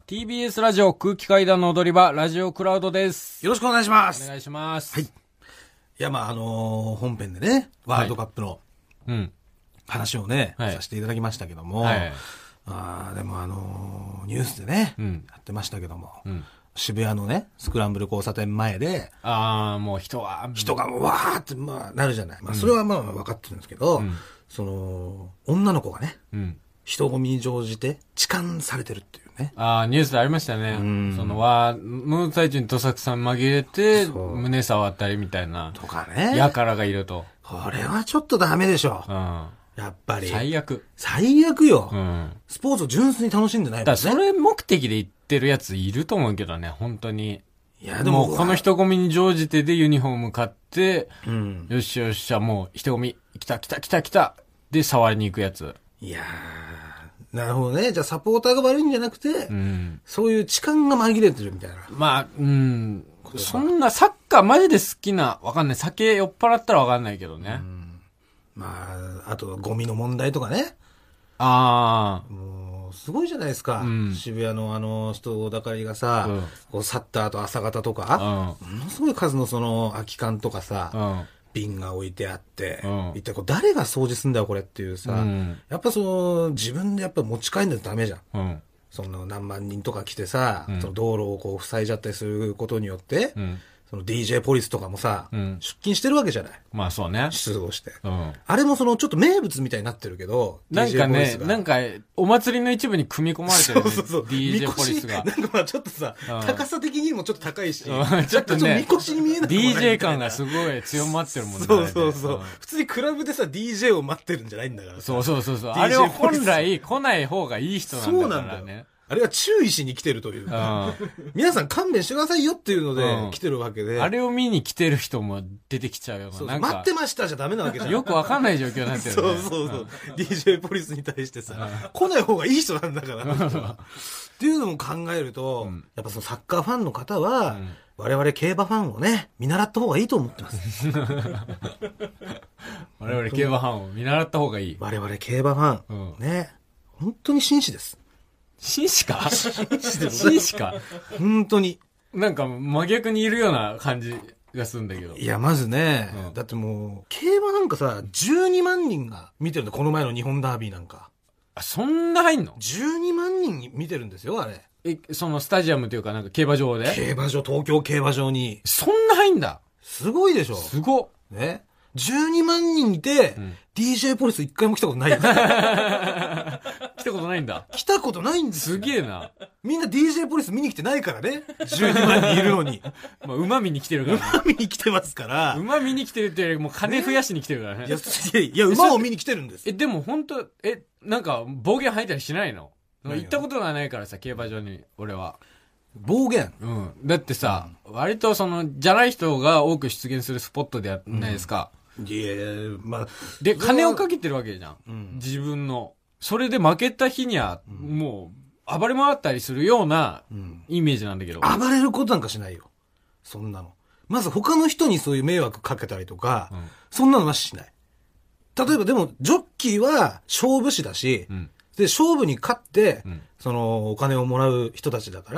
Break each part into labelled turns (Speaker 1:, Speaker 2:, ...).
Speaker 1: TBS ラジオ空気階段の踊り場、ラジオクラウドです。
Speaker 2: よろしくお願いします。
Speaker 1: お願いします。
Speaker 2: はい。いや、本編でね、ワールドカップの話をね、させていただきましたけども、でもニュースでね、やってましたけども、渋谷のね、スクランブル交差点前で、
Speaker 1: もう人が
Speaker 2: わーって、なるじゃない。それは分かってるんですけど、女の子がね、人混みに乗じて痴漢されてるっていうね。
Speaker 1: ニュースでありましたね。ムー最中にどさくさん紛れて、胸触ったりみたいな。
Speaker 2: とかね。
Speaker 1: やからがいると。
Speaker 2: これはちょっとダメでしょ。やっぱり。
Speaker 1: 最悪
Speaker 2: よ。スポーツを純粋に楽しんでないもんね。
Speaker 1: それ目的で言ってるやついると思うけどね、本当に。いや、でもこの人混みに乗じてでユニフォーム買って、よしよし、もう人混み、来た。で、触りに行くやつ。
Speaker 2: いやー、なるほどね。じゃあサポーターが悪いんじゃなくて、そういう痴漢が紛れてるみたいな。
Speaker 1: そんなサッカーマジで好きな、わかんない。酒酔っ払ったらわかんないけどね。
Speaker 2: あとゴミの問題とかね。もう、すごいじゃないですか。渋谷の人だかりがさ、こう去った後朝方とか、ものすごい数の空き缶とかさ、瓶が置いてあって、一体誰が掃除すんだよこれっていうさ、やっぱ自分でやっぱ持ち帰んないとダメじゃん。その何万人とか来てさ、その道路をこう塞いじゃったりすることによって、その DJ ポリスとかもさ、出勤してるわけじゃない。
Speaker 1: まあそうね。
Speaker 2: 出動して。あれもちょっと名物みたいになってるけど、
Speaker 1: なんかね、お祭りの一部に組み込まれてるね。
Speaker 2: そう。
Speaker 1: DJ ポリスが。
Speaker 2: なんかちょっとさ、高さ的にもちょっと高いし、ちょ
Speaker 1: っとね、
Speaker 2: みこしに見えない。
Speaker 1: DJ 感がすごい強まってるもんね。
Speaker 2: そう。普通にクラブでさ、DJ を待ってるんじゃないんだからさ。
Speaker 1: そう。あれは本来来ない方がいい人なんだからね。
Speaker 2: あれは注意しに来てるという。皆さん勘弁してくださいよっていうので来てるわけで。
Speaker 1: あれを見に来てる人も出てきちゃうよ。
Speaker 2: 待ってましたじゃダメなわけじゃん。
Speaker 1: よくわかんない状況になってるね。
Speaker 2: そう。DJ ポリスに対してさ、来ない方がいい人なんだから。っていうのも考えると、やっぱサッカーファンの方は、我々競馬ファンをね、見習った方がいいと思ってます。
Speaker 1: 我々競馬ファンを見習った方がいい。
Speaker 2: 我々競馬ファン、ね、本当に紳士です。
Speaker 1: 紳士か
Speaker 2: 本当に。
Speaker 1: なんか真逆にいるような感じがするんだけど。
Speaker 2: いや、まずね、だってもう、競馬なんかさ、12万人が見てるんだ、この前の日本ダービーなんか。
Speaker 1: そんな入んの？
Speaker 2: 12 万人見てるんですよ、あれ。
Speaker 1: そのスタジアムというかなんか競馬場で？
Speaker 2: 東京競馬場に。
Speaker 1: そんな入んだ。
Speaker 2: すごいでしょ。
Speaker 1: すごっ。
Speaker 2: ね。12万人いて、DJ ポリス一回も来たことないよ。来
Speaker 1: たことないんだ。
Speaker 2: 来たことないんですよ。
Speaker 1: すげえな。
Speaker 2: みんな DJ ポリス見に来てないからね。12万人いるのに。
Speaker 1: 馬見に来てるから、ね。
Speaker 2: 馬見に来てますから。
Speaker 1: 馬見に来てるっていうよりも金増やしに来てるからね。
Speaker 2: いや、馬を見に来てるんです。
Speaker 1: でも本当なんか暴言吐いたりしないの？行ったことがないからさ、競馬場に、俺は。
Speaker 2: 暴言？
Speaker 1: だってさ、割とじゃない人が多く出現するスポットではないですか。
Speaker 2: いや、
Speaker 1: で、金をかけてるわけじゃん。自分の。それで負けた日には、もう、暴れ回ったりするような、イメージなんだけど。
Speaker 2: 暴れることなんかしないよ。そんなの。まず他の人にそういう迷惑かけたりとか、そんなのはしない。例えばでも、ジョッキーは勝負師だし、で、勝負に勝って、お金をもらう人たちだから、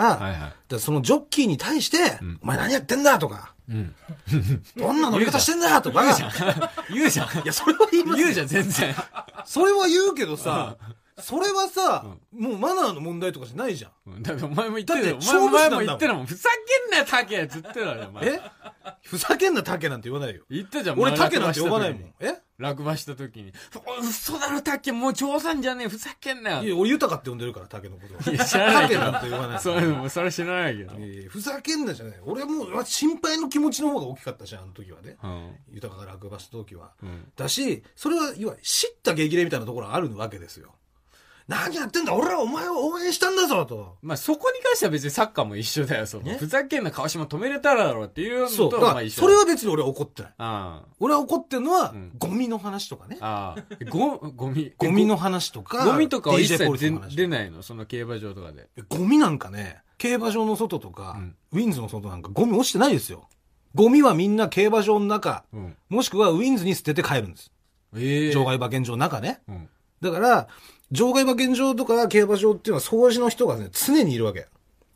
Speaker 2: そのジョッキーに対して、お前何やってんだとか、どんな乗り方してんだとか。
Speaker 1: 言うじゃん。
Speaker 2: いや、それは言いますよ。
Speaker 1: 言うじゃん、全然。
Speaker 2: それは言うけどさ、それはさ、もうマナーの問題とかじゃないじゃん。
Speaker 1: だってお前も言ってるよ。お前も言ってるもん。ふざけんなよ、タケつってたよ、お前。
Speaker 2: ふざけんな、タケなんて言わないよ。
Speaker 1: 言ったじゃん、
Speaker 2: 俺タケなんて呼ばないもん。
Speaker 1: 落馬した時に。嘘だろ、タケ、もう冗談じゃねえ、ふざけんなよ。
Speaker 2: いや、俺豊かって呼んでるから、タケのこと。
Speaker 1: いや、知らないけど。
Speaker 2: タケなんて言わない。
Speaker 1: それ知らないけど。
Speaker 2: ふざけんなじゃない。俺も心配の気持ちの方が大きかったし、あの時はね。豊かが落馬した時は。だし、それは、いわゆる知った激励みたいなところがあるわけですよ。何やってんだ俺はお前を応援したんだぞと。
Speaker 1: そこに関しては別にサッカーも一緒だよ。ふざけんな川島止めれたらだろうっていうのと
Speaker 2: は一緒。それは別に俺は怒ってない。俺は怒ってるのは、ゴミの話とかね。
Speaker 1: ゴ
Speaker 2: ミの話とか。
Speaker 1: ゴミとかは一切出ないの？その競馬場とかで。
Speaker 2: ゴミなんかね、競馬場の外とか、ウィンズの外なんかゴミ落ちてないですよ。ゴミはみんな競馬場の中、もしくはウィンズに捨てて帰るんです。場外馬券場の中ね。だから、場外馬券場とか競馬場っていうのは掃除の人がね、常にいるわけ。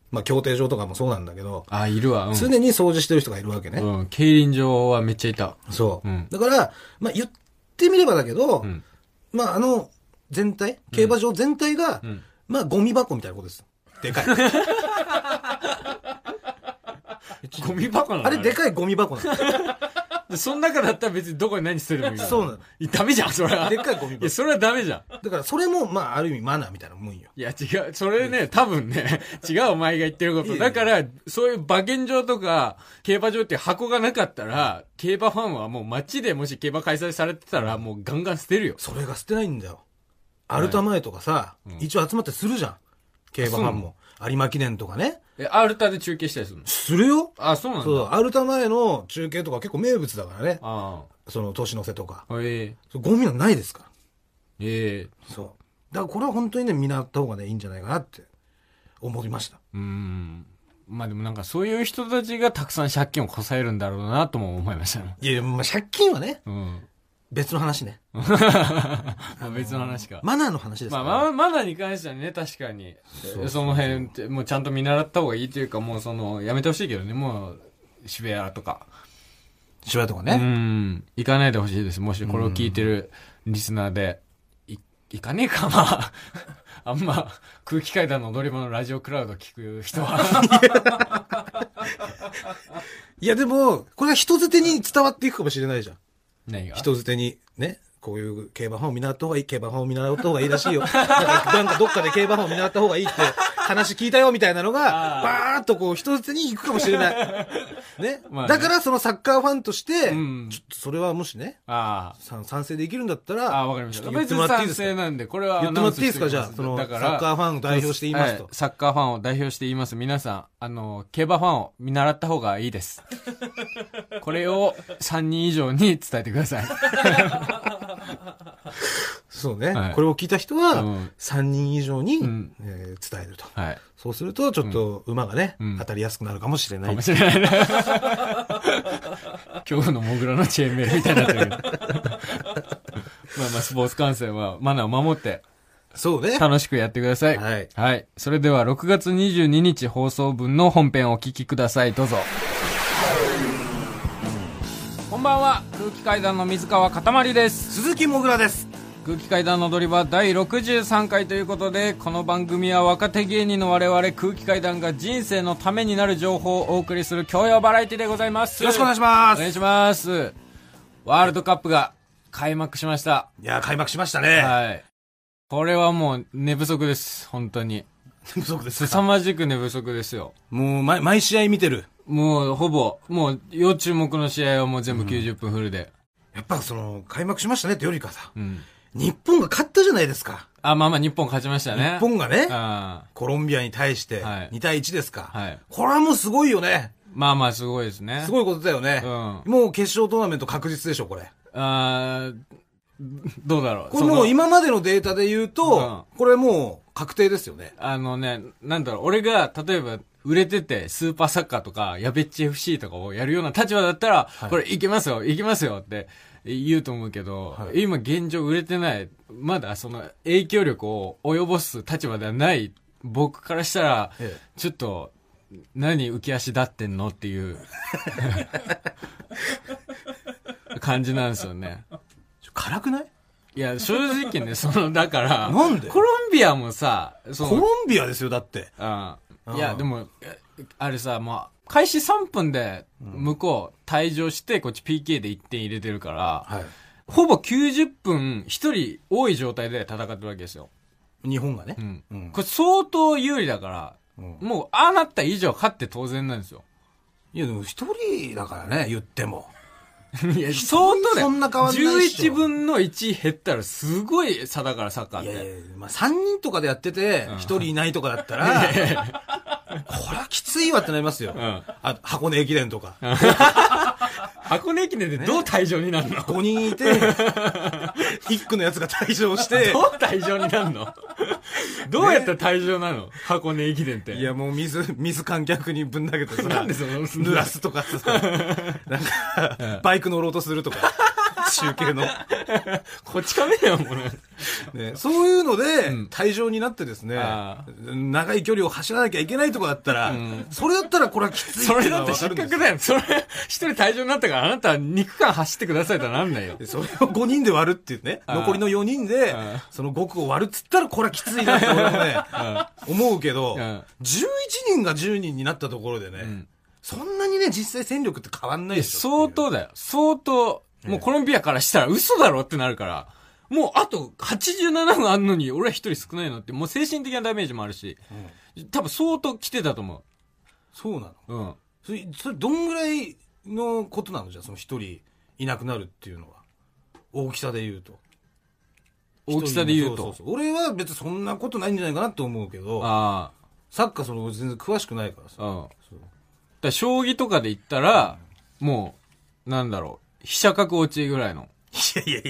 Speaker 2: まあ、競艇場とかもそうなんだけど。
Speaker 1: あ、いるわ。
Speaker 2: 常に掃除してる人がいるわけね。
Speaker 1: 競輪場はめっちゃいた。
Speaker 2: そう。だから、まあ、言ってみればだけど、まあ、全体、競馬場全体が、まあ、ゴミ箱みたいなことです。でかい。
Speaker 1: ゴミ箱なの？
Speaker 2: あれでかいゴミ箱な
Speaker 1: の。その中だったら別にどこに何捨てるのもいい。
Speaker 2: そうなの。
Speaker 1: ダメじゃん、それは。
Speaker 2: でっかいゴミ箱。
Speaker 1: いや、それはダメじゃん。
Speaker 2: だからそれも、まあ、ある意味マナーみたいなもんよ。
Speaker 1: いや、違う。それね、多分ね、違うお前が言ってること。だから、そういう馬券場とか、競馬場っていう箱がなかったら、競馬ファンはもう街でもし競馬開催されてたら、もうガンガン捨てるよ。
Speaker 2: それが捨てないんだよ。アルタ前とかさ、一応集まってするじゃん。競馬ファンも。有馬記念とかね。
Speaker 1: アルタで中継したりするの？
Speaker 2: するよ。
Speaker 1: あ、そうなんだ。
Speaker 2: そう、アルタ前の中継とか結構名物だからね。その年の瀬とか。ゴミはないですから。そう。だからこれは本当にね、見習った方がね、いいんじゃないかなって思いました。
Speaker 1: まあでもなんかそういう人たちがたくさん借金をこさえるんだろうなとも思いましたね。
Speaker 2: いや、まあ借金はね。別の話ね。
Speaker 1: 別の話か。
Speaker 2: マナーの話ですから、ね。
Speaker 1: まあ、マナーに関してはね、確かに。その辺って、もうちゃんと見習った方がいいというか、もうやめてほしいけどね、もう、渋谷とか。
Speaker 2: 渋谷とかね。
Speaker 1: 行かないでほしいです。もしこれを聞いてるリスナーで、行かねえかな。あんま、空気階段の踊り場のラジオクラウド聞く人は。
Speaker 2: いや、でも、これが人づてに伝わっていくかもしれないじゃん。
Speaker 1: 何が？
Speaker 2: 人づてに、ね。こういう競馬本を見習った方がいい、競馬本を見習った方がいいらしいよ。なんかどっかで競馬本を見習った方がいいって話聞いたよみたいなのが、バーッとこう人づてに行くかもしれない。ね。だからそのサッカーファンとして、ちょっとそれはもしね、賛成できるんだったら、
Speaker 1: わかりました。
Speaker 2: 言ってもらっていいですか？
Speaker 1: 賛成なんで、これは
Speaker 2: 言ってもらっていいですか？じゃあ、そのサッカーファンを代表して言いますと。
Speaker 1: サッカーファンを代表して言います。皆さん、競馬ファンを見習った方がいいです。これを3人以上に伝えてください。
Speaker 2: そうね、これを聞いた人は3人以上に、伝えると、そうするとちょっと馬がね、当たりやすくなるかもしれない。かもしれないね。
Speaker 1: 今日のモグラのチェーンメールみたいになってるけど。まあスポーツ観戦はマナーを守って
Speaker 2: そうね
Speaker 1: 楽しくやってください。はい。それでは6月22日放送分の本編をお聞きください。どうぞ。こんばんは、空気階段の水川かたまりです。
Speaker 2: 鈴木もぐらです。
Speaker 1: 空気階段の踊り場第63回ということで、この番組は若手芸人の我々空気階段が人生のためになる情報をお送りする教養バラエティでございます。
Speaker 2: よろしくお願いします。
Speaker 1: お願いします。ワールドカップが開幕しました。
Speaker 2: いや、開幕しましたね。
Speaker 1: はい。これはもう寝不足です。本当に。
Speaker 2: 寝不足ですか？
Speaker 1: 凄まじく寝不足ですよ。
Speaker 2: もう毎試合見てる。
Speaker 1: もうほぼ、もう要注目の試合はもう全部90分フルで。
Speaker 2: やっぱ開幕しましたねってよりかさ。日本が勝ったじゃないですか。
Speaker 1: まあ日本勝ちましたね。
Speaker 2: 日本がね、コロンビアに対して2対1ですか。これはもうすごいよね。
Speaker 1: まあすごいですね。
Speaker 2: すごいことだよね。もう決勝トーナメント確実でしょ、これ。
Speaker 1: どうだろう。
Speaker 2: これもう今までのデータで言うと、これもう確定ですよね。
Speaker 1: なんだろう、俺が例えば売れててスーパーサッカーとかやべっち FC とかをやるような立場だったら、これいけますよって言うと思うけど、今現状売れてない、まだその影響力を及ぼす立場ではない僕からしたら、ちょっと何浮き足立ってんのっていう感じなんですよね。
Speaker 2: 辛くない？
Speaker 1: いや、正直ね、だから、
Speaker 2: なんで？
Speaker 1: コロンビアもさ、
Speaker 2: コロンビアですよ、だって。
Speaker 1: いや、でも、あれさ、もう、開始3分で、向こう、退場して、こっち PK で1点入れてるから、ほぼ90分、1人多い状態で戦ってるわけですよ。
Speaker 2: 日本がね。
Speaker 1: これ相当有利だから、もう、ああなった以上勝って当然なんですよ。
Speaker 2: いや、でも1人だからね、言っても。
Speaker 1: いや、相当だよ。
Speaker 2: そんな変わんないっしょ。
Speaker 1: 11分の1減ったらすごい差だから、サッカーって。
Speaker 2: いやいや、3人とかでやってて、1人いないとかだったら、これはきついわってなりますよ。箱根駅伝とか。
Speaker 1: 箱根駅伝でどう退場になるの？
Speaker 2: 5 人いて、1区のやつが退場して。
Speaker 1: どう退場になるの？どうやったら退場なの？箱根駅伝って。
Speaker 2: いや、もう水観客にぶん投げてさ、
Speaker 1: なんでその
Speaker 2: 濡らすとかさ、なんか、バイク乗ろうとするとか。 中継の。
Speaker 1: こっちかめよ、もう
Speaker 2: ね。そういうので、退場になってですね、長い距離を走らなきゃいけないとこだったら、それだったらこれはきつい。
Speaker 1: それだって失格だよ。それ、一人退場になったから、あなたは肉間走ってくださいとはなんないよ。
Speaker 2: それを5人で割るっていうね、残りの4人で、その5区を割るっつったら、これはきついなって俺もね、思うけど、11人が10人になったところでね、そんなにね、実際戦力って変わんないでしょ。
Speaker 1: 相当だよ。相当、もうコロンビアからしたら嘘だろってなるから、もうあと87分あんのに俺は一人少ないのって、もう精神的なダメージもあるし、多分相当来てたと思う。
Speaker 2: そうなの？それどんぐらいのことなの？じゃあその一人いなくなるっていうのは。大きさで言うと。
Speaker 1: 大きさで言うと。
Speaker 2: そう俺は別にそんなことないんじゃないかなと思うけど、サッカー全然詳しくないからさ。
Speaker 1: だ将棋とかで言ったら、もう、なんだろう、飛車角落ちぐらいの。
Speaker 2: いや。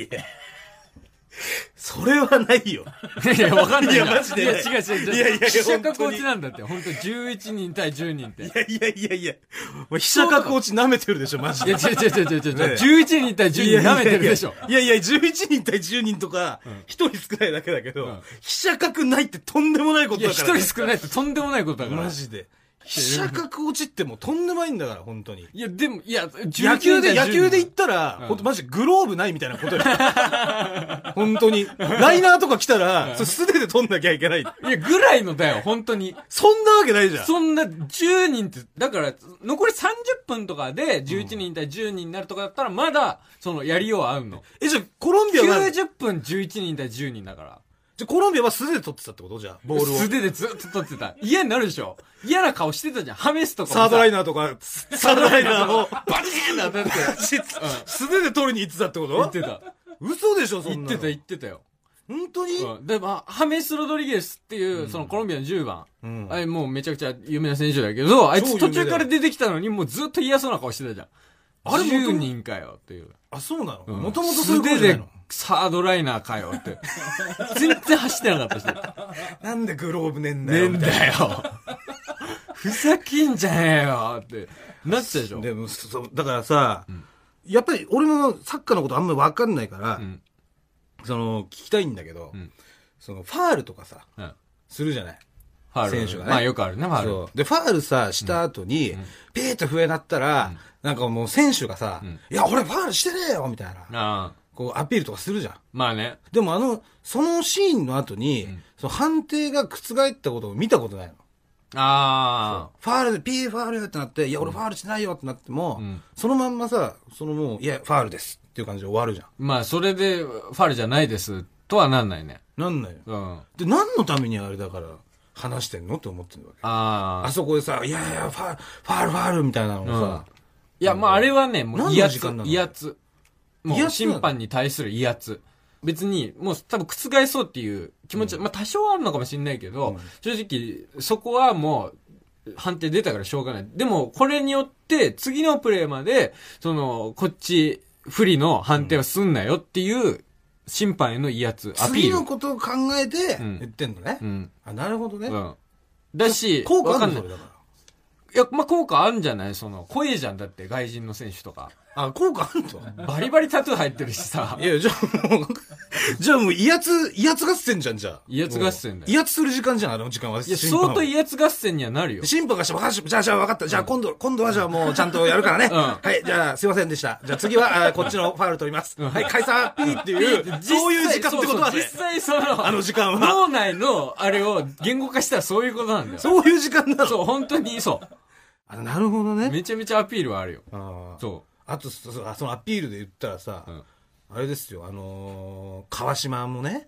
Speaker 2: それはないよ。
Speaker 1: いや、わかんない。いや、
Speaker 2: マジで。いや、違う。
Speaker 1: 飛車角落ちなんだって、ほんと11人対10人って。
Speaker 2: いや。もう飛車角落ち舐めてるでしょ、マジで。
Speaker 1: いや、違う。11人対10人舐めてるでしょ。
Speaker 2: いや、11人対10人とか、1人少ないだけだけど、飛車角ないってとんでもないことだから。
Speaker 1: いや、1人少ないってとんでもないことだから。
Speaker 2: マジで。飛車角落ちってもうとんでもないんだから、本当に。
Speaker 1: いや、でも、
Speaker 2: 野球で言ったら、本当マジグローブないみたいなことだよ。本当に。ライナーとか来たら、素手で取んなきゃいけない。い
Speaker 1: や、ぐらいのだよ、本当に。
Speaker 2: そんなわけないじゃん。
Speaker 1: そんな10人って、だから、残り30分とかで11人対10人になるとかだったら、まだ、やりようは合うの。
Speaker 2: じゃあ、コロンビアは
Speaker 1: 90分11人対10人だから。
Speaker 2: じゃ、コロンビアは素手で取ってたってことじゃあ、ボールを。
Speaker 1: 素手でずっと取ってた。嫌になるでしょ？嫌な顔してたじゃん。ハメスとかも
Speaker 2: サードライナーとか、サードライナーを、
Speaker 1: バリーンなって。
Speaker 2: 素手で取りに行ってたってこと
Speaker 1: 言ってた。
Speaker 2: 嘘でしょ、そんなの。
Speaker 1: 言ってたよ。
Speaker 2: 本当に
Speaker 1: で、ハメス・ロドリゲスっていう、そのコロンビアの10番。あれもうめちゃくちゃ有名な選手だけど、あいつ途中から出てきたのにもうずっと嫌そうな顔してたじゃん。あれ10人かよっていう。
Speaker 2: あ、そうなのもともとそういうことじゃないの？
Speaker 1: サードライナーかよって。全然走ってなかったし。
Speaker 2: なんでグローブねんだよ。
Speaker 1: ねんだよ。ふざけんじゃねえよってなってたでしょ。
Speaker 2: でも、だからさ、やっぱり俺もサッカーのことあんまりわかんないから、聞きたいんだけど、ファールとかさ、するじゃない。
Speaker 1: ファール。
Speaker 2: 選手がね。
Speaker 1: まあよくあるね、ファール。
Speaker 2: そう。で、ファールさ、した後に、ピーッと笛鳴ったら、なんかもう選手がさ、いや、俺ファールしてねえよみたいな。こう、アピールとかするじゃん。
Speaker 1: まあね。
Speaker 2: でもそのシーンの後に、その判定が覆ったことを見たことないの。ファールで、ファールってなって、いや、俺ファールしてないよってなっても、そのまんまさ、もう、いや、ファールですっていう感じで終わるじゃん。
Speaker 1: まあ、それで、ファールじゃないです、とはなんないね。
Speaker 2: なんないよ。で、何のためにあれだから、話してんのって思ってるわけ。あそこでさ、いやいや、ファールみたいなのさ。
Speaker 1: いや、まあ、あれはね、もう威圧。もう審判に対する威圧。別に、もう多分覆そうっていう気持ちは、まあ多少あるのかもしれないけど、正直、そこはもう、判定出たからしょうがない。でも、これによって、次のプレーまで、こっち、不利の判定はすんなよっていう、審判への威圧、アピール。
Speaker 2: 次のことを考えて、言ってんのね。あ、なるほどね。
Speaker 1: だし、
Speaker 2: 効果あるのそれだから。
Speaker 1: いや、まあ、効果あるんじゃない怖いじゃん、だって、外人の選手とか。
Speaker 2: あ、効果あんの？
Speaker 1: バリバリタトゥー入ってるしさ。
Speaker 2: いや、じゃあもう威圧合戦じゃん、じゃあ。
Speaker 1: 威圧合戦だよ。
Speaker 2: 威圧する時間じゃん、あの時間は。
Speaker 1: いや、相当威圧合戦にはなるよ。
Speaker 2: 審判がして、じゃあ分かった。じゃあ今度はじゃあもうちゃんとやるからね。はい、じゃあすいませんでした。じゃあ次は、こっちのファウル取ります。はい、解散ピーっていう、そういう時間ってことはね。
Speaker 1: 実際
Speaker 2: あの時間は。
Speaker 1: 脳内のあれを言語化したらそういうことなんだよ。
Speaker 2: そういう時間なの？
Speaker 1: そう、本当にそう。
Speaker 2: なるほどね。
Speaker 1: めちゃめちゃアピールはあるよ。そう。
Speaker 2: あと、そのアピールで言ったらさ、あれですよ、川島もね。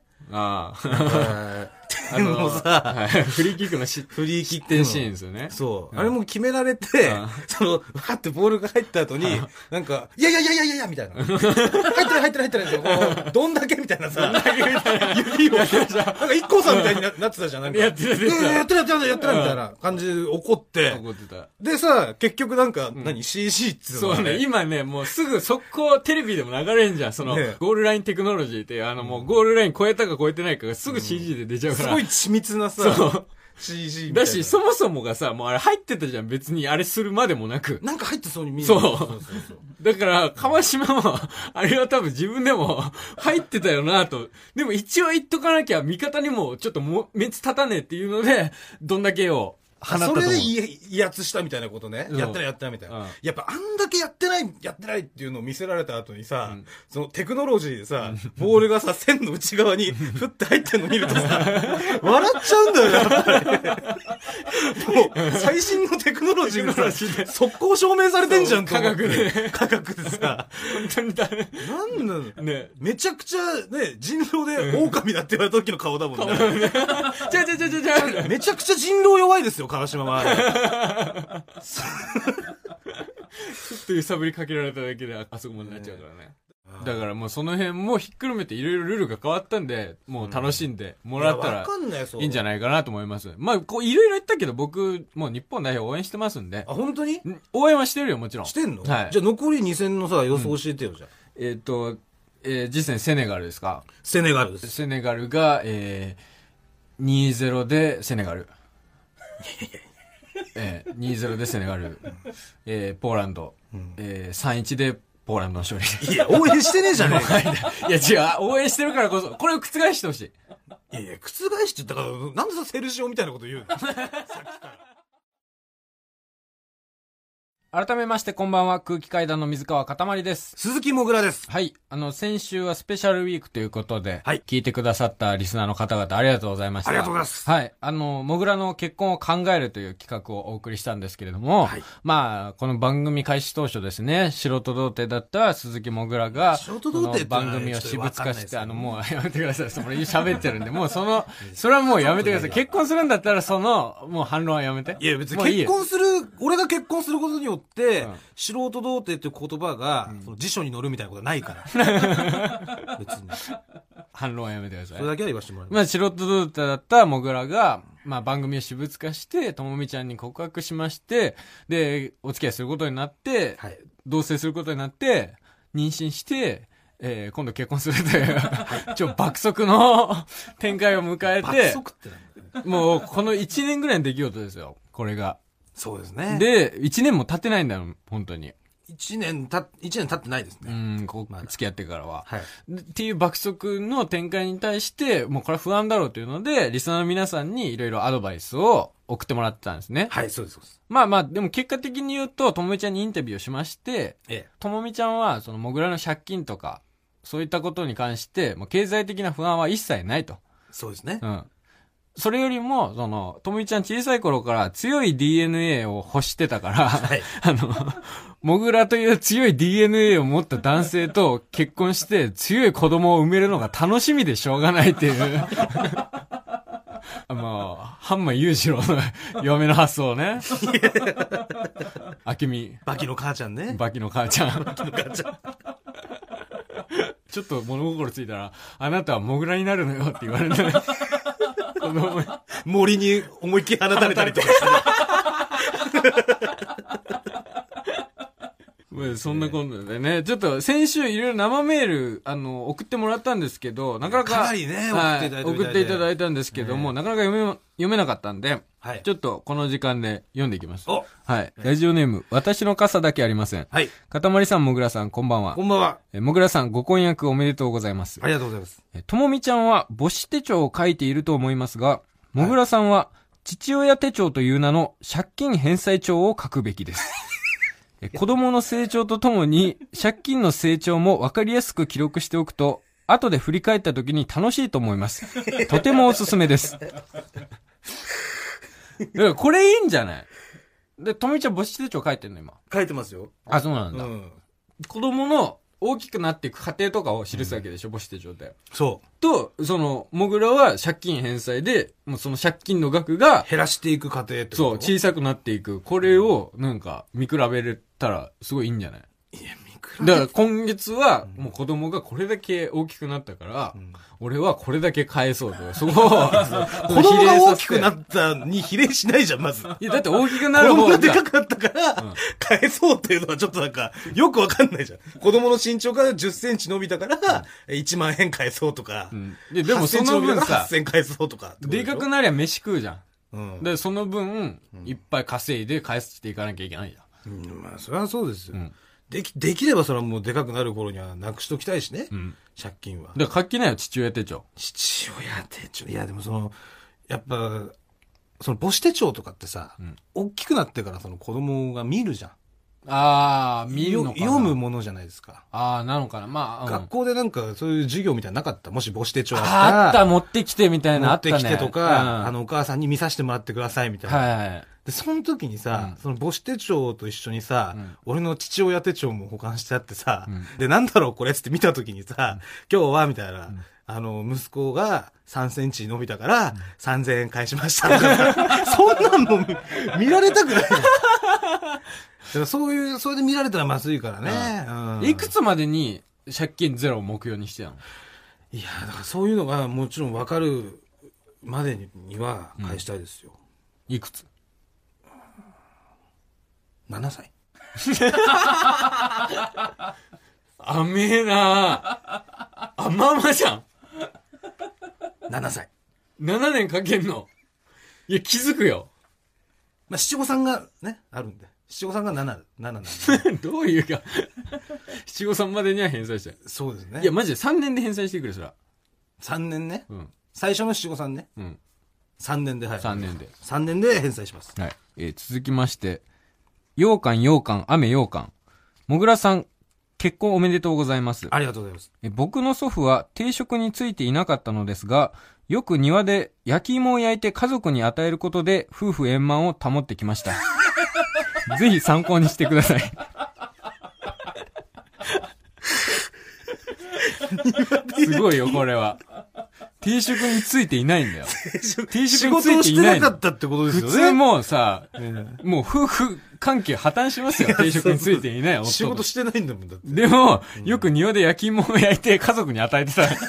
Speaker 2: もうさ、
Speaker 1: フリーキックのフリーキックシーンですよね。
Speaker 2: そう。あれも決められて、わーってボールが入った後に、なんか、いや、みたいな。入ってない、こう、どんだけみたいなさ、指を、なんか一個さんみたいになってたじゃん。なんかやってないみたいな感じで怒ってた。でさ、結局なんか、CC っていうの
Speaker 1: そうね、今ね、もうすぐ速攻テレビでも流れんじゃん。ゴールラインテクノロジーって、もうゴールライン超えたか超えてないかがすぐ CG で出ちゃうから。
Speaker 2: すごい緻密なさ、 CG みたいな。
Speaker 1: だし、そもそもがさ、もうあれ入ってたじゃん。別にあれするまでもなく。
Speaker 2: なんか入ってそうに見える。
Speaker 1: そう。だから、川島も、あれは多分自分でも入ってたよなと。でも一応言っとかなきゃ味方にもちょっとメンツ立たねえっていうので、どんだけを放ったと思う。
Speaker 2: それで威圧したみたいなことね。やったらみたいな。やっぱあんだけやってないっていうのを見せられた後にさ、そのテクノロジーでさ、ボールがさ、線の内側にふって入ってんの見るとさ、笑っちゃうんだよね、やっぱり。もう、最新のテクノロジーがさ、速攻証明されてんじゃんと思って。科学でさ。
Speaker 1: 本当にダメ。
Speaker 2: なんなのね。めちゃくちゃね、人狼で狼だって言われた時の顔だもんね。めちゃくちゃ人狼弱いですよ。川島は。
Speaker 1: ちょっと揺さぶりかけられただけであそこまでなっちゃうからね。だからもうその辺もひっくるめていろいろルールが変わったんで、もう楽しんでもらったらいいんじゃないかなと思います。まあ、こういろいろ言ったけど僕、もう日本代表応援してますんで。
Speaker 2: あ、本当に？
Speaker 1: 応援はしてるよ、もちろん。
Speaker 2: してんの？はい。じゃあ残り2戦のさ、予想教えてよ、じゃあ。
Speaker 1: 次戦セネガルですか？
Speaker 2: セネガルです。
Speaker 1: セネガルが、2-0 でセネガル。2-0 でセネガル、ポーランド、3-1 でポーランドの勝利。
Speaker 2: いや、応援してねえじゃねえ
Speaker 1: か。いや、違う、応援してるからこそ、これを覆してほし
Speaker 2: い。いや、覆して言ったから、なんでさ、セルジオみたいなこと言うのさっきから。
Speaker 1: 改めましてこんばんは、空気階段の水川かたまりです。
Speaker 2: 鈴木もぐらです。
Speaker 1: はい。先週はスペシャルウィークということで、
Speaker 2: はい。
Speaker 1: 聞いてくださったリスナーの方々ありがとうございました。
Speaker 2: ありがとうございます。
Speaker 1: はい。もぐらの結婚を考えるという企画をお送りしたんですけれども、はい。まあ、この番組開始当初ですね、素人童貞だった鈴木もぐらが、
Speaker 2: 素人童貞って
Speaker 1: 番組を私物化して、もうやめてください。それ喋ってるんで、もうそれはもうやめてください。結婚するんだったらもう反論はやめて。
Speaker 2: いや、別に結婚する、俺が結婚することによって、素人童貞っていう言葉が、その辞書に載るみたいなことはないから。別に。
Speaker 1: 反論はやめてください。
Speaker 2: それだけは言わせてもらいます。
Speaker 1: まあ、素人童貞だったモグラが、まあ、番組を私物化して、ともみちゃんに告白しまして、で、お付き合いすることになって、はい、同棲することになって、妊娠して、今度結婚するという、爆速の展開を迎えて、
Speaker 2: 爆速ってなんだよ。
Speaker 1: もう、この1年ぐらいの出来事ですよ、これが。
Speaker 2: そうですね。
Speaker 1: で、1年も経ってないんだよ、本当に。
Speaker 2: 1年経ってないですね。
Speaker 1: 付き合ってからは。
Speaker 2: はい。
Speaker 1: っていう爆速の展開に対して、もうこれは不安だろうというので、リスナーの皆さんにいろいろアドバイスを送ってもらってたんですね。
Speaker 2: はい、そうです。
Speaker 1: まあまあ、でも結果的に言うと、ともみちゃんにインタビューをしまして、ともみちゃんは、そのモグラの借金とか、そういったことに関して、もう経済的な不安は一切ないと。
Speaker 2: そうですね。
Speaker 1: うん。それよりも、ともみちゃん小さい頃から強い DNA を欲してたから、はい、モグラという強い DNA を持った男性と結婚して強い子供を産めるのが楽しみでしょうがないっていう。まあ、ハンマー裕次郎の嫁の発想ね。あきみ。
Speaker 2: バキの母ちゃんね。
Speaker 1: バキの母ちゃん。
Speaker 2: バキの母ちゃん。
Speaker 1: ちょっと物心ついたら、あなたはモグラになるのよって言われる。
Speaker 2: 森に思いっきり放たれたりとかして
Speaker 1: そんなことでね、ちょっと先週いろいろ生メール、送ってもらったんですけど、なかなか。
Speaker 2: かなりね、
Speaker 1: 送っていただいたんですけども、なかなか読めなかったんで、はい、ちょっとこの時間で読んでいきます。はい。ラジオネーム、私の傘だけありません。
Speaker 2: はい。
Speaker 1: かたまりさん、もぐらさん、こんばんは。
Speaker 2: こんばんは。
Speaker 1: もぐらさん、ご婚約おめでとうございます。
Speaker 2: ありがとうございます。
Speaker 1: ともみちゃんは母子手帳を書いていると思いますが、もぐらさんは父親手帳という名の借金返済帳を書くべきです。子供の成長とともに借金の成長もわかりやすく記録しておくと、後で振り返った時に楽しいと思います。とてもおすすめです。だからこれいいんじゃない？で、とみちゃん母子手帳書いてんの今。
Speaker 2: 書いてますよ。
Speaker 1: あ、そうなんだ。子供の大きくなっていく過程とかを記すわけでしょ、母子手帳で。
Speaker 2: そう。
Speaker 1: と、モグラは借金返済で、もうその借金の額が、
Speaker 2: 減らしていく過程ってこと？
Speaker 1: そう、小さくなっていく。これを、なんか、見比べれたら、すごいいいんじゃない？
Speaker 2: いや、見比
Speaker 1: べだから今月は、もう子供がこれだけ大きくなったから、俺はこれだけ返そうと。そこを、
Speaker 2: 子供が大きくなったに比例しないじゃん、まず。
Speaker 1: いや、だって大きくなる方が。
Speaker 2: 子供がでかくなったから、返そうっていうのはちょっとなんか、よくわかんないじゃん。子供の身長から10センチ伸びたから、1万円返そうとか。
Speaker 1: でもその分さ、
Speaker 2: 8センチ伸びたから8千返そうとか。
Speaker 1: でかくなりゃ飯食うじゃん。 で、その分、いっぱい稼いで返していかなきゃいけないじゃ
Speaker 2: ん。まあ、それはそうですよ。できればそれはもうでかくなる頃にはなくしときたいしね。借金は。
Speaker 1: で、書きなよ、父親手帳。
Speaker 2: 父親手帳。いや、でもやっぱ、その母子手帳とかってさ、大きくなってからその子供が見るじゃん。
Speaker 1: 見るのかな。
Speaker 2: 読むものじゃないですか。
Speaker 1: なのかな。まあ、
Speaker 2: 学校でなんかそういう授業みたいなのなかった？もし母子手帳あったら。
Speaker 1: あった、持ってきてみたいなあったね。
Speaker 2: 持ってきてとか、お母さんに見させてもらってくださいみたいな。
Speaker 1: はい。
Speaker 2: で、その時にさ、その母子手帳と一緒にさ、俺の父親手帳も保管してあってさ、で、なんだろうこれって見た時にさ、今日はみたいな、息子が3センチ伸びたから3000円返しましたとか、そんなんも見られたくない。それで見られたらまずいからね。
Speaker 1: いくつまでに借金ゼロを目標にしてたの？
Speaker 2: いや、だからそういうのがもちろん分かるまでには返したいですよ。
Speaker 1: いくつ
Speaker 2: ？7歳。
Speaker 1: 甘えな甘じゃん。
Speaker 2: 7歳。
Speaker 1: 7年かけんの？いや、気づくよ。
Speaker 2: まあ、七五三がね、あるんで。七五三が7なんで。
Speaker 1: どういうか。七五三までには返済したい。
Speaker 2: そうですね。
Speaker 1: いや、マジで3年で返済してくれ、そら。
Speaker 2: 3年ね。最初の七五三ね。3年で、はい。
Speaker 1: 3年で。
Speaker 2: 3年で返済します。
Speaker 1: はい。続きまして、羊羹、雨羊羹。もぐらさん、結婚おめでとうございます。
Speaker 2: ありがとうございます。
Speaker 1: 僕の祖父は定職についていなかったのですが、よく庭で焼き芋を焼いて家族に与えることで夫婦円満を保ってきました。ぜひ参考にしてください。すごいよ、これは。定職についていないんだよ。
Speaker 2: 定職についていない。仕事をしてなかったってことですよね。
Speaker 1: 普通もうさ、もう夫婦関係破綻しますよ。定職についていない夫。
Speaker 2: 仕事してないんだもんだって。
Speaker 1: でも、よく庭で焼き芋を焼いて家族に与えてた。だ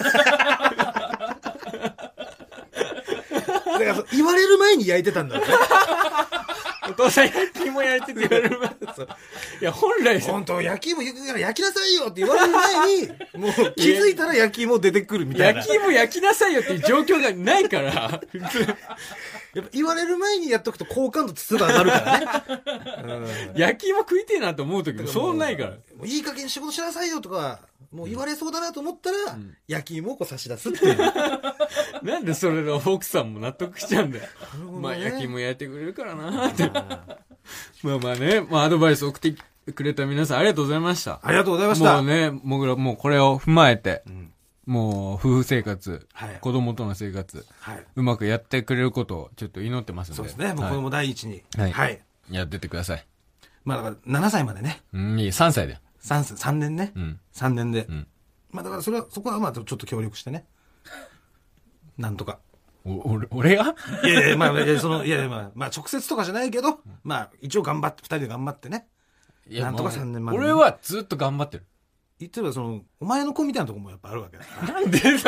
Speaker 2: から言われる前に焼いてたんだよね。
Speaker 1: お父さん焼き芋焼いてって言われる前。いや、本来
Speaker 2: 本当焼き芋焼きなさいよって言われる前に、もう気づいたら焼き芋出てくるみたいな。
Speaker 1: 焼き芋焼きなさいよっていう状況がないから。普通。
Speaker 2: やっぱ言われる前にやっとくと好感度つつが上がるからね。
Speaker 1: 焼き芋食いてえなと思う時もそうないから。
Speaker 2: もういい加減仕事しなさいよとか、もう言われそうだなと思ったら、焼き芋をこう差し出すっていう。
Speaker 1: なんでそれで奥さんも納得しちゃうんだよ。まあ焼き芋焼いてくれるからなって。まあね、まあアドバイス送ってくれた皆さんありがとうございました。
Speaker 2: ありがとうございました。
Speaker 1: もうね、もうこれを踏まえて、もう夫婦生活、子供との生活、うまくやってくれることをちょっと祈ってますんで。
Speaker 2: そうですね、もう子供第一に。
Speaker 1: はい。やってってください。
Speaker 2: まあだから7歳までね。
Speaker 1: いい、3歳で。
Speaker 2: 3年ね。3年で。まあだからそこはまあちょっと協力してね。なんとか。
Speaker 1: 俺が
Speaker 2: いや、まあ直接とかじゃないけど、まあ一応2人で頑張ってね。なんとか3年まで。
Speaker 1: 俺はずっと頑張ってる。
Speaker 2: 言ってればお前の子みたいなとこもやっぱあるわけだから。
Speaker 1: なんでだよ。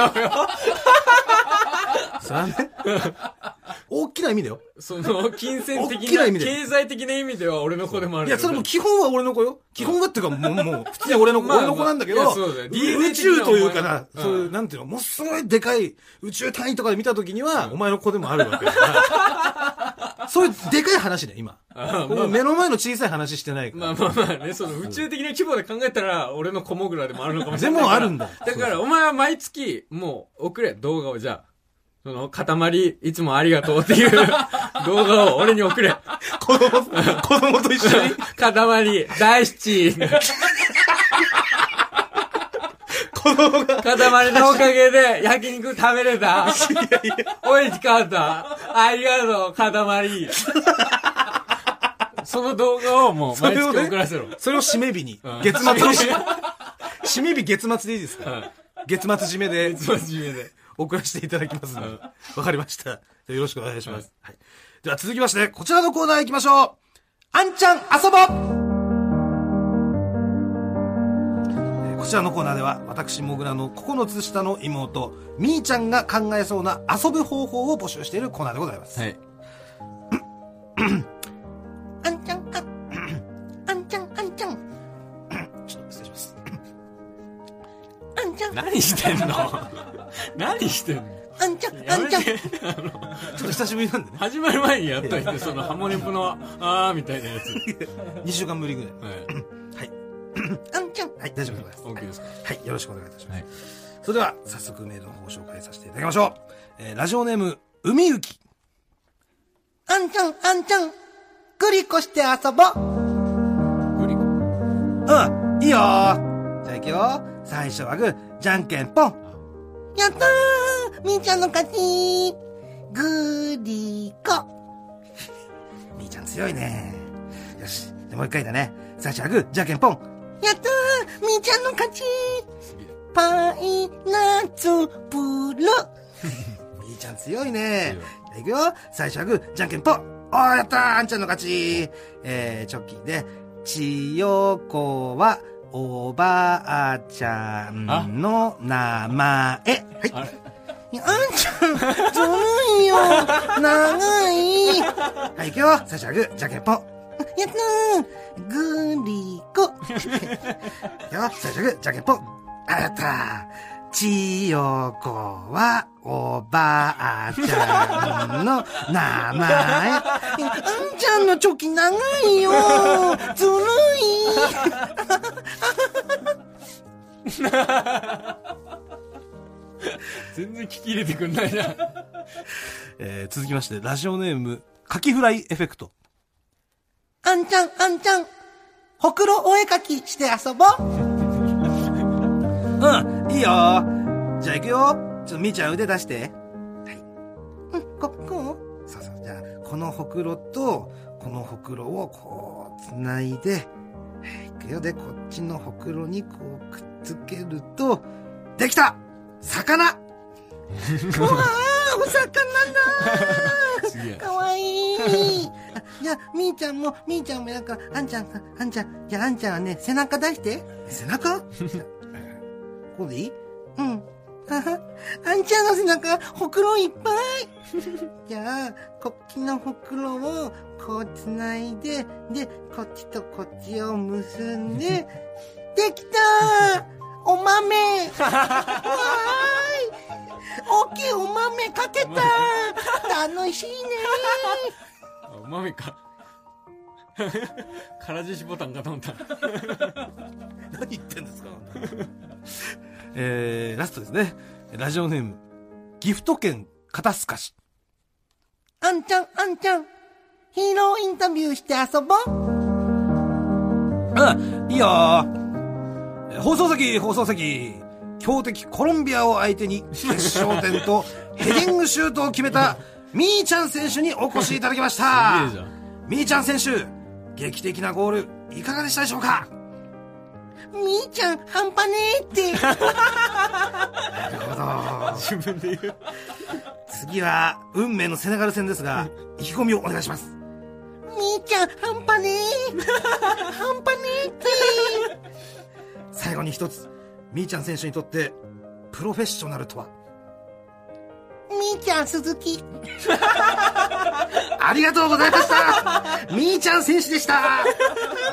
Speaker 2: それはね。大きな意味だよ。
Speaker 1: 金銭的な、経済的な意味では俺の子でもある。
Speaker 2: いや、それも基本は俺の子よ。基本はっていうか、もう、普通に俺の子なんだけど、宇宙というかな、そういう、なんていうの、もうすごいでかい宇宙単位とかで見たときには、お前の子でもあるわけだから。そういうでかい話だよ、今。目の前の小さい話してないから。
Speaker 1: まあね、宇宙的な規模で考えたら、俺の子もぐらでもあるのかもしれない。
Speaker 2: でもあるんだ。
Speaker 1: だから、お前は毎月、もう、送れ、動画をじゃあ。塊、いつもありがとうっていう動画を俺に送れ。
Speaker 2: 子供と一緒に。
Speaker 1: 塊、大七。
Speaker 2: 子供が。
Speaker 1: 塊のおかげで焼肉食べれた。おいしかった。ありがとう、塊。その動画をもう毎月送らせろ。
Speaker 2: それを締め日に。月末に。締め日月末でいいですか？月末締めで。
Speaker 1: 月末締めで。
Speaker 2: 送らせていただきますので。わかりました。よろしくお願いします。はい。では続きまして、こちらのコーナー行きましょう。あんちゃん遊ぼこちらのコーナーでは、私、もぐらの9つ下の妹、みーちゃんが考えそうな遊ぶ方法を募集しているコーナーでございます。はい。あんちゃん。ちょっと失礼します。あんちゃん。
Speaker 1: 何してんの？何してんの？
Speaker 2: あんちゃん、あんちゃん。ちょっと久しぶりなんでね。
Speaker 1: 始まる前にやっといて、そのハモネプの、みたいなやつ。
Speaker 2: 2週間ぶりぐらい。はい。あんちゃん。はい、大丈夫でございます。
Speaker 1: OK ですか。
Speaker 2: はい、よろしくお願いいたします。それでは、早速メールの方を紹介させていただきましょう。ラジオネーム、海ゆき。あんちゃん、あんちゃん。グリコして遊ぼう。
Speaker 1: グリコ？
Speaker 2: いいよ。じゃあ行くよ。最初はグー、じゃんけんぽん。やったー、みーちゃんの勝ち。グリコ。みーちゃん強いね。よし、じゃあもう一回だね。最初はグー、じゃんけんぽん。やったー、みーちゃんの勝ち。パイナッツプル。みーちゃん強いね。いくよ。最初はグー、じゃんけんぽん。やったー、あんちゃんの勝ち。チョキで、ちよこは、おばあちゃんの名前。はい。あんちゃん、ずるいよ。長い。はい、いくよ。最初はグー、じゃんけんぽん。やったー。グリコ。いくよ。最初はグー、じゃんけんぽん。やったー。ちよこはおばあちゃんの名前。あんちゃんのチョキ長いよ。ずるい。
Speaker 1: 全然聞き入れてくんないな。
Speaker 2: 続きまして、ラジオネーム、カキフライエフェクト。あんちゃん、あんちゃん。ほくろお絵かきして遊ぼう。いいよ。じゃあ行くよ。ちょっとみーちゃん腕出して。はい。こうそうそう。じゃあ、このほくろと、このほくろをこう、つないで、はい、行くよ。で、こっちのほくろにこう、くっつけると、できた！魚うわー、お魚だかわいい。じゃあ、みーちゃんもなんか、あんちゃん、じゃあ、あんちゃんはね、背中出して。背中こうでいい？うん。あんちゃんの背中、ほくろいっぱい。じゃあ、こっちのほくろを、こうつないで、で、こっちとこっちを結んで、できたー！お豆わーい！大きいお豆かけたー！楽しいね
Speaker 1: ー。お豆か。からじしボタンかと思った。
Speaker 2: 何言ってんですかラストですね。ラジオネーム、ギフト券肩透かし。あんちゃん、ヒーローインタビューして遊ぼう。いいよ。放送席。強敵コロンビアを相手に決勝点とヘディングシュートを決めたみーちゃん選手にお越しいただきました。みーちゃん選手、劇的なゴールいかがでしたでしょうか？みーちゃん半端ねーって。なるほど。
Speaker 1: 自分で言う。
Speaker 2: 次は運命のセネガル戦ですが、意気込みをお願いします。みーちゃん半端ねー。半端ねーって。最後に一つ、みーちゃん選手にとってプロフェッショナルとは？みーちゃん鈴木。ありがとうございました。みーちゃん選手でした。半端ね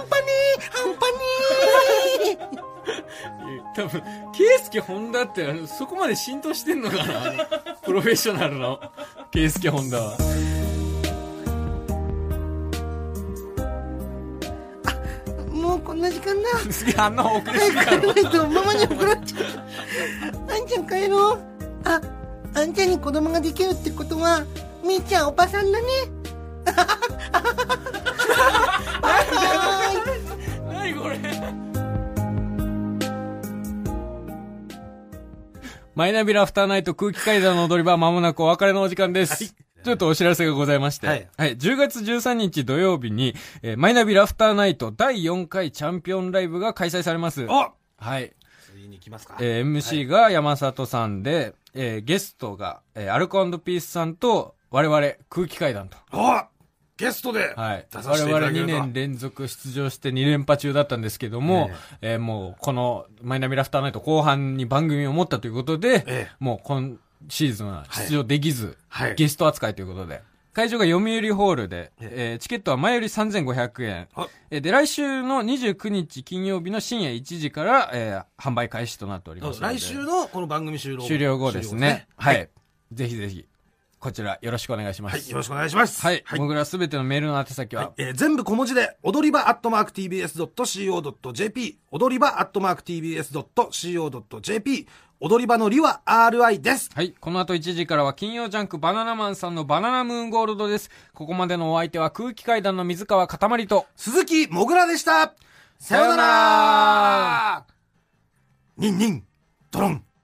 Speaker 2: ー。
Speaker 1: 多分、ケイスケホンダってそこまで浸透してんのかな。プロフェッショナルのケイスケホンダは。
Speaker 2: もうこんな時間だ。
Speaker 1: すげえ、あんな遅れすぎたの。
Speaker 2: 帰らないとママに怒られちゃう。あんちゃん帰ろう。あんちゃんに子供ができるってことは、みーちゃんおばさんだね。
Speaker 1: 何これ。マイナビラフターナイト空気階段の踊り場、まもなくお別れのお時間です。はい、ちょっとお知らせがございまして。はい。10月13日土曜日に、マイナビラフターナイト第4回チャンピオンライブが開催されます。はい。
Speaker 2: ついに来ますか。
Speaker 1: MC が山里さんで、ゲストが、アルコ&ピースさんと、我々空気階段と。
Speaker 2: ゲストで
Speaker 1: はい。我々2年連続出場して2連覇中だったんですけども、もうこのマイナビラフターナイト後半に番組を持ったということで、もう今シーズンは出場できず、ゲスト扱いということで、会場が読売ホールで、チケットは前より3500円。で、来週の29日金曜日の深夜1時から、販売開始となっております。
Speaker 2: 来週のこの番組終了
Speaker 1: 後ですね。はい。 ぜひぜひ、こちらよろしくお願いします。
Speaker 2: はい、よろしくお願いします。
Speaker 1: はい。僕らすべてのメールの宛先は、
Speaker 2: 全部小文字で、踊り場@tbs.co.jp、踊り場@tbs.co.jp、踊り場のりは RI です。
Speaker 1: はい。この後1時からは金曜ジャンクバナナマンさんのバナナムーンゴールドです。ここまでのお相手は空気階段の水川かたまりと
Speaker 2: 鈴木もぐらでした。さようなら。ニンニン、ドロン。